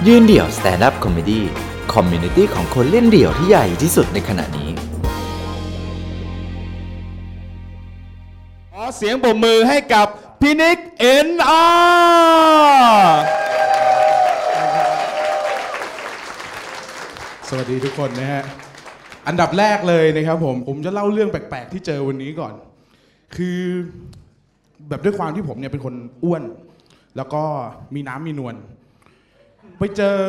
ยืนเดี่ยว Stand Up Comedy คอมมูนิตี้ของคนเล่นเดี่ยวที่ใหญ่ที่สุดในขณะนี้ขอเสียงปรบมือให้กับพี่นิก NR สวัสดีทุกคนนะฮะอันดับแรกเลยนะครับผมจะเล่าเรื่องแปลกๆที่เจอวันนี้ก่อนคือแบบด้วยความที่ผมเนี่ยเป็นคนอ้วนแล้วก็มีน้ำมีนวลไปเจอ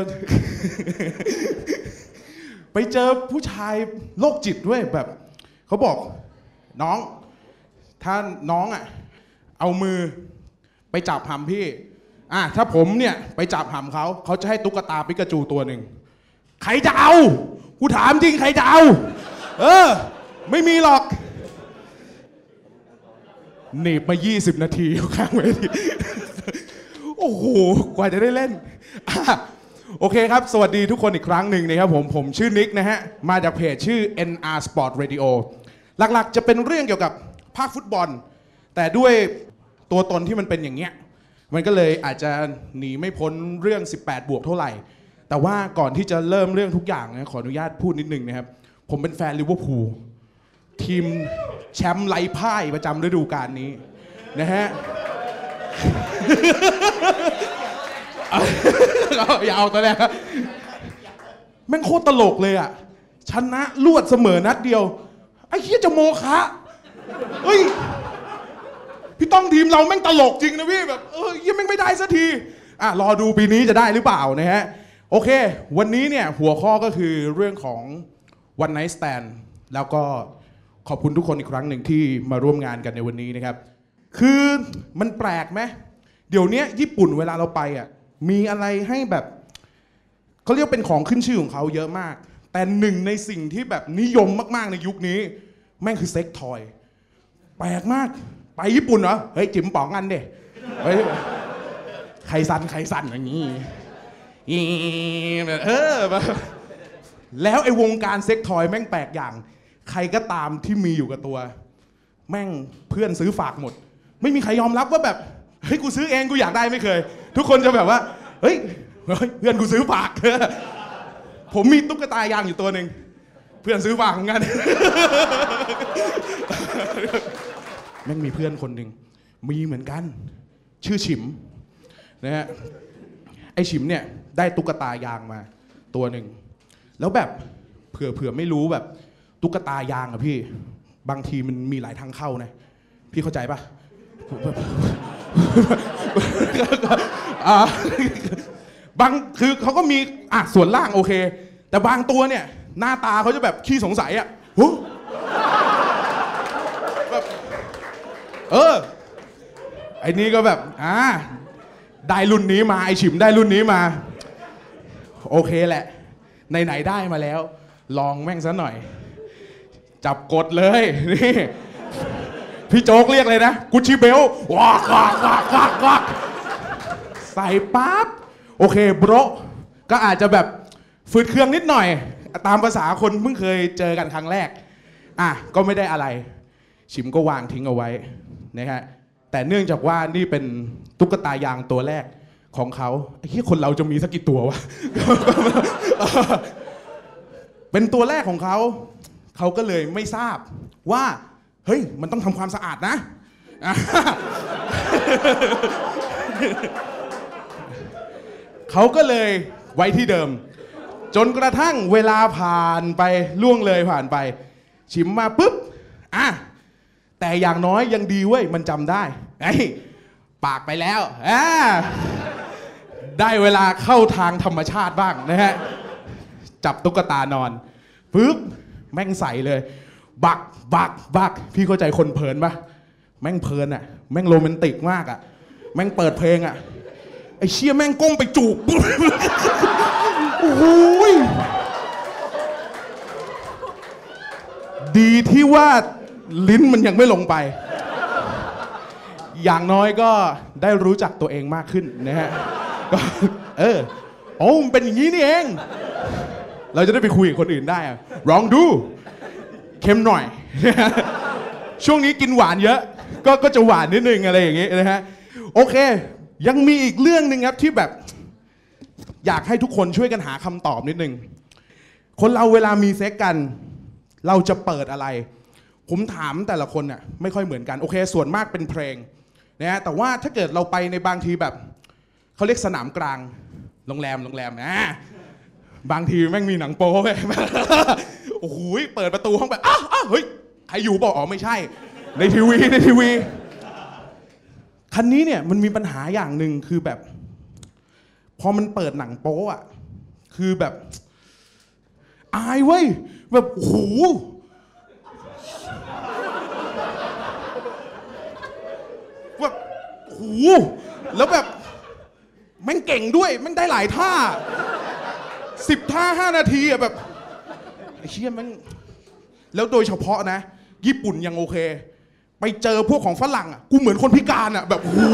ไปเจอผู้ชายโรคจิตด้วยแบบเขาบอกน้องถ้าน้องเอามือไปจับหำพี่ถ้าผมเนี่ยไปจับหำเขาจะให้ตุ๊กตาปิกาจูตัวหนึ่งใครจะเอากูถามจริงใครจะเอาไม่มีหรอกหนีบมา20 นาทีอยู่ข้างเวทีโอ้โหกว่าจะได้เล่นโอเคครับสวัสดีทุกคนอีกครั้งหนึ่งนะครับผมชื่อนิกนะฮะมาจากเพจชื่อ NR Sport Radio หลักๆจะเป็นเรื่องเกี่ยวกับภาคฟุตบอลแต่ด้วยตัวตนที่มันเป็นอย่างเงี้ยมันก็เลยอาจจะหนีไม่พ้นเรื่อง18บวกเท่าไหร่แต่ว่าก่อนที่จะเริ่มเรื่องทุกอย่างนะขออนุญาตพูดนิดนึงนะครับผมเป็นแฟนลิเวอร์พูลทีมแชมป์ไร้พ่ายประจำฤดูกาลนี้นะฮะ อย่าเอาตัวแรกแม่งโคตรตลกเลยชนะรวดเสมอนัดเดียวไอ้เหี้ยจะโมคะเฮ้ยพี่ต้องทีมเราแม่งตลกจริงนะพี่แบบยังแม่งไม่ได้สักทีรอดูปีนี้จะได้หรือเปล่านะฮะโอเควันนี้เนี่ยหัวข้อก็คือเรื่องของ One Night Stand แล้วก็ขอบคุณทุกคนอีกครั้งหนึ่งที่มาร่วมงานกันในวันนี้นะครับคือมันแปลกไหมเดี๋ยวนี้ญี่ปุ่นเวลาเราไปมีอะไรให้แบบเขาเรียกเป็นของขึ้นชื่อของเขาเยอะมากแต่หนึ่งในสิ่งที่แบบนิยมมากๆในยุคนี้แม่งคือเซ็กทอยแปลกมากไปญี่ปุ่นเหรอเฮ้ยจิ๋มป๋องกันเด้ใครสั่นอย่างนี้แล้วไอ้วงการเซ็กทอยแม่งแปลกอย่างใครก็ตามที่มีอยู่กับตัวแม่งเพื่อนซื้อฝากหมดไม่มีใครยอมรับว่าแบบเฮ้ยกูซื้อเองกูอยากได้ไม่เคยทุกคนจะแบบว่าเฮ้ยเพื่อนกูซื้อฝากผมมีตุ๊กตายางอยู่ตัวหนึ่งเพื่อนซื้อฝากเหมือนกันแม่งมีเพื่อนคนหนึ่งมีเหมือนกันชื่อฉิมนะฮะไอฉิมเนี่ยได้ตุ๊กตายางมาตัวหนึ่งแล้วแบบเผื่อไม่รู้แบบตุ๊กตายางพี่บางทีมันมีหลายทางเข้านะพี่เข้าใจปะบางคือเขาก็มีส่วนล่างโอเคแต่บางตัวเนี่ยหน้าตาเขาจะแบบขี้สงสัยแบบไอ้นี่ก็แบบได้รุ่นนี้มาไอฉิมได้รุ่นนี้มาโอเคแหละไหนได้มาแล้วลองแม่งซะหน่อยจับกดเลยนี่พี่โจ๊กเรียกเลยนะกุชชี่เบลว้าใส่ปั๊บโอเคโบรก็อาจจะแบบฝืดเครื่องนิดหน่อยตามภาษาคนเพิ่งเคยเจอกันครั้งแรกก็ไม่ได้อะไรฉิมก็วางทิ้งเอาไว้นะฮะแต่เนื่องจากว่านี่เป็นตุ๊กตายางตัวแรกของเขาไอ้ที่คนเราจะมีสักกี่ตัววะ เป็นตัวแรกของเขาเขาก็เลยไม่ทราบว่าเฮ้ยมันต้องทำความสะอาดนะเขาก็เลยไว้ที่เดิมจนกระทั่งเวลาผ่านไปล่วงเลยผ่านไปฉิมมาปุ๊บแต่อย่างน้อยยังดีเว้ยมันจำได้ปากไปแล้วได้เวลาเข้าทางธรรมชาติบ้างนะฮะจับตุ๊กตานอนปุ๊บแม่งใส่เลยบักพี่เข้าใจคนเพลินปะแม่งเพลินแม่งโรแมนติกมากแม่งเปิดเพลงไอ้เชี่ยแม่งก้มไปจูบโอ้โหดีที่ว่าลิ้นมันยังไม่ลงไปอย่างน้อยก็ได้รู้จักตัวเองมากขึ้นนะฮะก็มันเป็นอย่างนี้นี่เองเราจะได้ไปคุยกับคนอื่นได้ลองดูเค็มหน่อยช่วงนี้กินหวานเยอะก็จะหวานนิดนึงอะไรอย่างงี้นะฮะโอเคยังมีอีกเรื่องนึงครับที่แบบอยากให้ทุกคนช่วยกันหาคำตอบนิดนึงคนเราเวลามีเซ็กกันเราจะเปิดอะไรผมถามแต่ละคนน่ะไม่ค่อยเหมือนกันโอเคส่วนมากเป็นเพลงนะฮะแต่ว่าถ้าเกิดเราไปในบางทีแบบเขาเรียกสนามกลางโรงแรมนะบางทีแม่งมีหนังโป๊ไป โอ้โหเปิดประตูห้องแบบอ้าวเฮ้ยใครอยู่บอกอ๋อไม่ใช่ในทีวีคันนี้เนี่ยมันมีปัญหาอย่างหนึ่งคือแบบพอมันเปิดหนังโป๊อ่ะคือแบบอายเว้ยแบบโอ้โหแบบโอ้โหแล้วแบบแม่งเก่งด้วยแม่งได้หลายท่า10 ท่า 5 นาทีอะแบบไอ้เชี่ยแม่งแล้วโดยเฉพาะนะญี่ปุ่นยังโอเคไปเจอพวกของฝรั่งอ่ะกูเหมือนคนพิการอ่ะแบบโอ้โห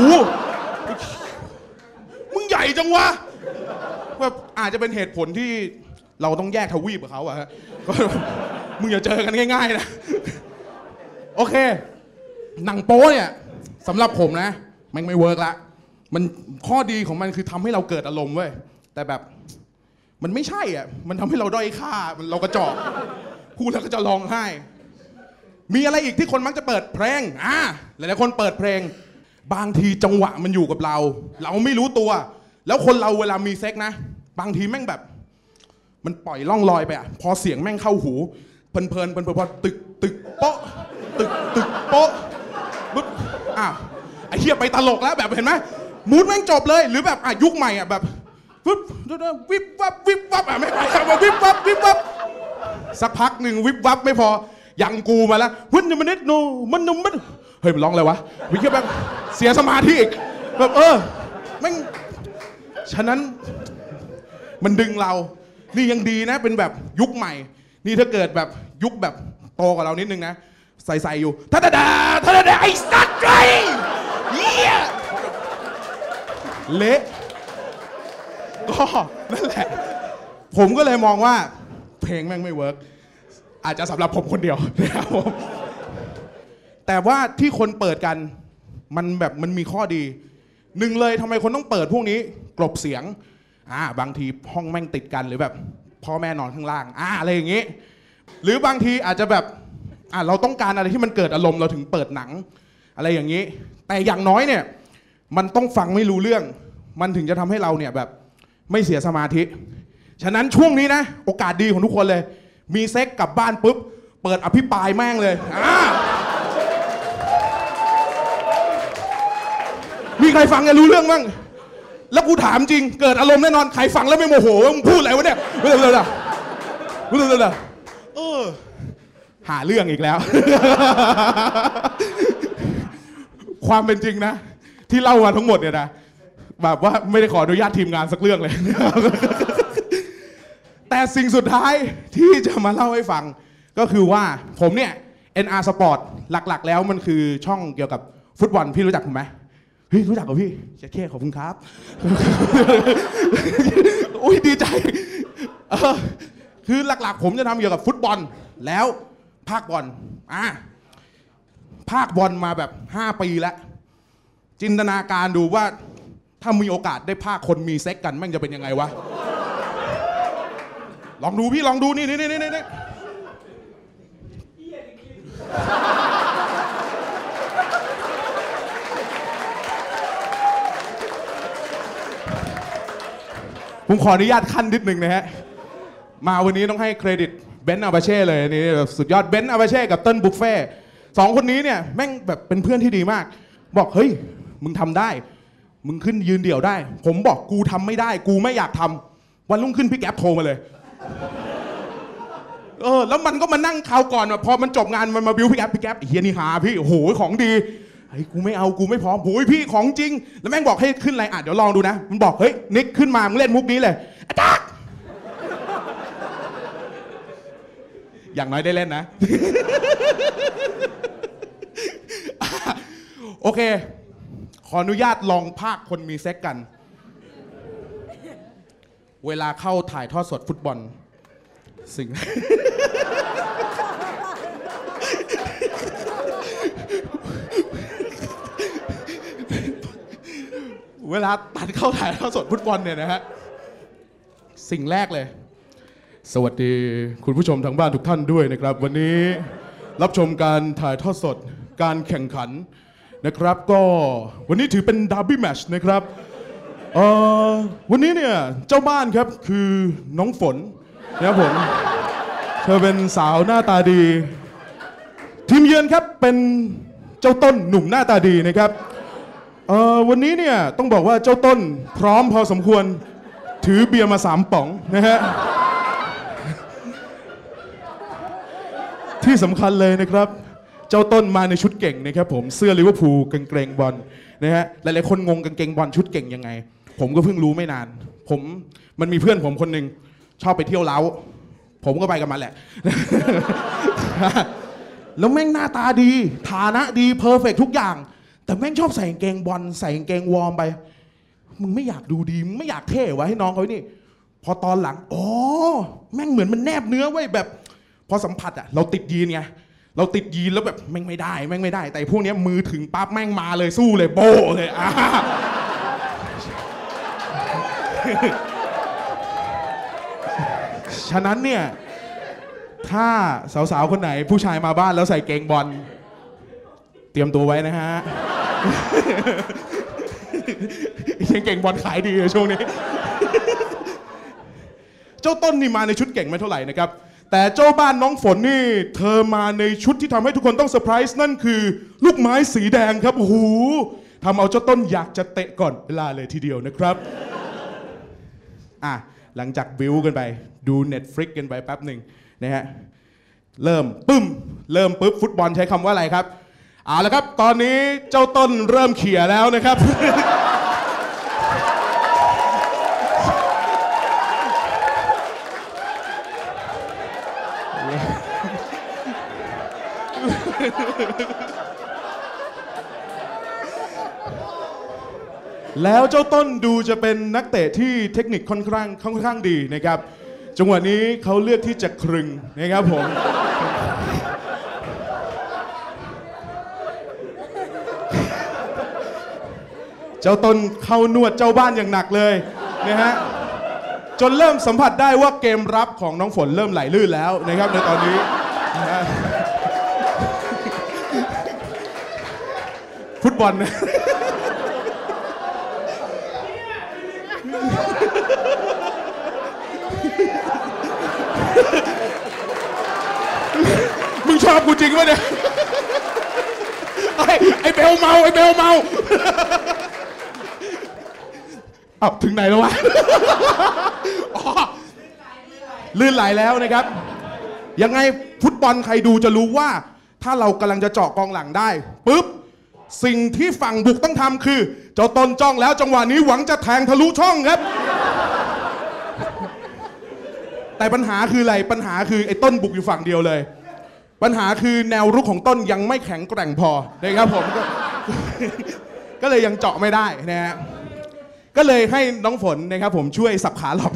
มึงใหญ่จังวะแบบอาจจะเป็นเหตุผลที่เราต้องแยกทวีปกับเขาอะฮะมึงอย่าเจอกันง่ายๆนะโอเคหนังโป๊เนี่ยสำหรับผมนะมันไม่เวิร์กละมันข้อดีของมันคือทำให้เราเกิดอารมณ์เว้ยแต่แบบมันไม่ใช่อ่ะมันทำให้เราด้อยค่าเรากระจอกพูดแล้วก็จะร้องไห้มีอะไรอีกที่คนมักจะเปิดเพลงหลายๆคนเปิดเพลงบางทีจังหวะมันอยู่กับเราไม่รู้ตัวแล้วคนเราเวลามีเซ็กนะบางทีแม่งแบบมันปล่อยล่องลอยไปอ่ะพอเสียงแม่งเข้าหูเพลินพอตึกโป๊ะตึกโป๊ะปุ๊บไอ้เหี้ยไปตลกแล้วแบบเห็นไหมมูดแม่งจบเลยหรือแบบยุคใหม่อ่ะแบบปุ๊บวิบวับไม่ไปมาวิบวับสักพักหนึ่งวิบวับไม่พอยังกูมาแล้ววันนี้มันนิดโนมันเฮ้ยมันร้องอะไรวะวิแค่แบบเสียสมาธิอีกแบบแม่งฉะนั้นมันดึงเรานี่ยังดีนะเป็นแบบยุคใหม่นี่ถ้าเกิดแบบยุคแบบโตกว่าเรานิดนึงนะใส่อยู่ท่าดาไอ้สัตว์ไรเหี้ยเละก็นั่นแหละผมก็เลยมองว่าเพลงแม่งไม่เวิร์กอาจจะสำหรับผมคนเดียวนะครับผมแต่ว่าที่คนเปิดกันมันมีข้อดีหนึ่งเลยทำไมคนต้องเปิดพวกนี้กลบเสียงบางทีห้องแม่งติดกันหรือแบบพ่อแม่นอนข้างล่างอะไรอย่างงี้หรือบางทีอาจจะแบบเราต้องการอะไรที่มันเกิดอารมณ์เราถึงเปิดหนังอะไรอย่างนี้แต่อย่างน้อยเนี่ยมันต้องฟังไม่รู้เรื่องมันถึงจะทำให้เราเนี่ยแบบไม่เสียสมาธิฉะนั้นช่วงนี้นะโอกาสดีของทุกคนเลยมีเซ็กกลับบ้านปุ๊บเปิดอภิปรายแม่งเลยมีใครฟังกันรู้เรื่องบ้างแล้วกูถามจริงเกิดอารมณ์แน่นอนใครฟังแล้วไม่โมโหมึงพูดอะไรวะเนี่ยหาเรื่องอีกแล้ว ความเป็นจริงนะที่เล่ามาทั้งหมดเนี่ยนะแบบว่าไม่ได้ขออนุญาตทีมงานสักเรื่องเลย แต่สิ่งสุดท้ายที่จะมาเล่าให้ฟังก็คือว่าผมเนี่ย NR Sport หลักๆแล้วมันคือช่องเกี่ยวกับฟุตบอลพี่รู้จักผมไหมเฮ้ยรู้จักเหรอพี่เจ๊ขอบคุณครับ อุ้ยดีใจคือหลักๆผมจะทำเกี่ยวกับฟุตบอลแล้วภาคบอลภาคบอลมาแบบ5 ปีแล้วจินตนาการดูว่าถ้ามีโอกาสได้ภาคคนมีเซ็กกันแม่งจะเป็นยังไงวะลองดูพี่ลองดูนี่ผมขออนุญาตขั้นนิดหนึ่งนะฮะมาวันนี้ต้องให้เครดิตเบนซ์อาบาเช่เลยนี่แบบสุดยอดเบนซ์อาบาเช่กับเติ้ลบุฟเฟ่2 คนนี้เนี่ยแม่งแบบเป็นเพื่อนที่ดีมากบอกเฮ้ยมึงทำได้มึงขึ้นยืนเดี่ยวได้ผมบอกกูทำไม่ได้กูไม่อยากทำวันรุ่งขึ้นพี่แก๊ปโทรมาเลยแล้วมันก็มานั่งคราวก่อนพอมันจบงานมันมาบิวพี่แก๊ปเฮียนี่หาพี่โอ้โหของดีไอ้กูไม่เอากูไม่พร้อมโอ้ยพี่ของจริงแล้วแม่งบอกให้ขึ้นอะไรเดี๋ยวลองดูนะมันบอกเฮ้ยนิกขึ้นมามึงเล่นมุกนี้เลยอาจารย์อย่างน้อยได้เล่นนะ โอเคขออนุญาตลองภาคคนมีเซ็กกันเวลาเข้าถ่ายทอดสดฟุตบอลสิ่ง เวลาตัดเข้าถ่ายทอดสดฟุตบอลเนี่ยนะฮะสิ่งแรกเลยสวัสดีคุณผู้ชมทางบ้านทุกท่านด้วยนะครับวันนี้รับชมการถ่ายทอดสดการแข่งขันนะครับก็วันนี้ถือเป็นดาร์บี้แมตช์นะครับวันนี้เนี่ยเจ้าบ้านครับคือน้องฝนนะครับผมเธอเป็นสาวหน้าตาดีทีมเยือนครับเป็นเจ้าต้นหนุ่มหน้าตาดีนะครับวันนี้เนี่ยต้องบอกว่าเจ้าต้นพร้อมพอสมควรถือเบียร์มา3 ป๋องนะฮะที่สำคัญเลยนะครับเจ้าต้นมาในชุดเก่งนะครับผมเสื้อลิเวอร์พูลกางเกงบอลนะฮะหลายๆคนงงกางเกงบอลชุดเก่งยังไงผมก็เพิ่งรู้ไม่นานมันมีเพื่อนผมคนหนึ่งชอบไปเที่ยวเล้าผมก็ไปกับมันแหละ แล้วแม่งหน้าตาดีฐานะดีเพอร์เฟกทุกอย่างแต่แม่งชอบใส่กางเกงบอลใส่กางเกงวอร์มไปมึงไม่อยากดูดีมึงไม่อยากเท่วะให้น้องเขานี่พอตอนหลังอ๋อแม่งเหมือนมันแนบเนื้อไว้แบบพอสัมผัสอ่ะเราติดยีนไงเราติดยีนแล้วแบบแม่งไม่ได้แต่พวกนี้มือถึงปั๊บแม่งมาเลยสู้เลยโบเลยฉะนั้นเนี่ยถ้าสาวๆคนไหนผู้ชายมาบ้านแล้วใส่เกงบอลเตรียมตัวไว้นะฮะ เก่งบอลขายดีในช่วงนี้ เจ้าต้นนี่มาในชุดเก่งไม่เท่าไหร่นะครับแต่เจ้าบ้านน้องฝนนี่เธอมาในชุดที่ทำให้ทุกคนต้องเซอร์ไพรส์นั่นคือลูกไม้สีแดงครับโอ้โหทำเอาเจ้าต้นอยากจะเตะก่อนเวลาเลยทีเดียวนะครับ หลังจากบิวกันไปดู Netflix กันไปแป๊บหนึ่งนะฮะเริ่มปุ๊บฟุตบอลใช้คำว่าอะไรครับเอาละครับตอนนี้เจ้าต้นเริ่มเขี่ยแล้วนะครับ แล้วเจ้าต้นดูจะเป็นนักเตะที่เทคนิคค่อนข้างดีนะครับจังหวะนี้เขาเลือกที่จะครึงนะครับผม เจ้าต้นเข้านวดเจ้าบ้านอย่างหนักเลยนะฮะจนเริ่มสัมผัสได้ว่าเกมรับของน้องฝนเริ่มไหลลื่นแล้วนะครับในตอนนี้ฟุตบอลนะมึงชอบกูจริงป่ะเนี่ยไอ้เบลเมาถึงไหนแล้ววะลื่นไหลแล้วนะครับยังไงฟุตบอลใครดูจะรู้ว่าถ้าเรากำลังจะเจาะกองหลังได้ปุ๊บสิ่งที่ฝั่งบุกต้องทำคือเจ้าต้นจ้องแล้วจังหวะนี้หวังจะแทงทะลุช่องครับแต่ปัญหาคืออะไรปัญหาคือไอ้ต้นบุกอยู่ฝั่งเดียวเลยปัญหาคือแนวรุกของต้นยังไม่แข็งแกร่งพอนะครับผมก็เลยยังเจาะไม่ได้นะฮะก็เลยให้น้องฝนนะครับผมช่วยสับขาหลอก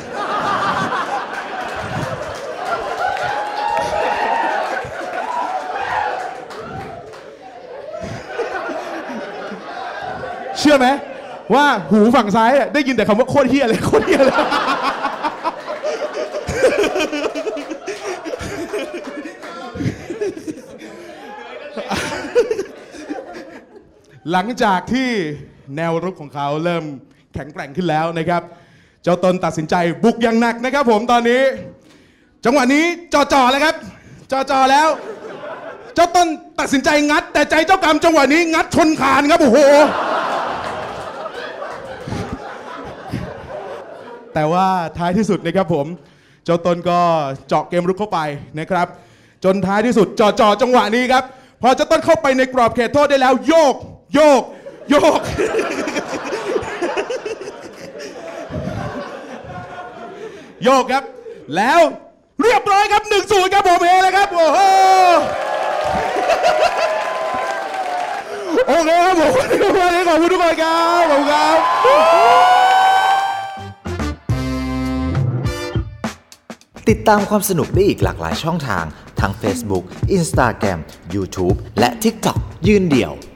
เชื่อไหมว่าหูฝั่งซ้ายได้ยินแต่คำว่าโคตรเฮี้ยเลยโคตรเฮี้ยเลยหลังจากที่แนวรุกของเขาเริ่มแข็งแกร่งขึ้นแล้วนะครับเจ้าต้นตัดสินใจบุกอย่างหนักนะครับผมตอนนี้จังหวะนี้จ่อๆเลยครับจ่อๆแล้วเจ้าต้นตัดสินใจงัดแต่ใจเจ้ากรรมจังหวะนี้งัดชนคานครับโอ้โหแต่ว่าท้ายที่สุดนะครับผมเจ้าต้นก็เจาะเกมรุกเข้าไปนะครับจนท้ายที่สุดจ่อจังหวะนี้ครับพอเจ้าต้นเข้าไปในกรอบเขตโทษได้แล้วโยกครับแล้วเรียบร้อยครับ 1-0 ครับผมเองเลยครับโอ้โหโอเคครับผมวันนี้ขอบคุณทุกคนครับขอบคุณครับติดตามความสนุกได้อีกหลากหลายช่องทางทั้ง Facebook, Instagram, YouTube และ TikTok ยืนเดี่ยว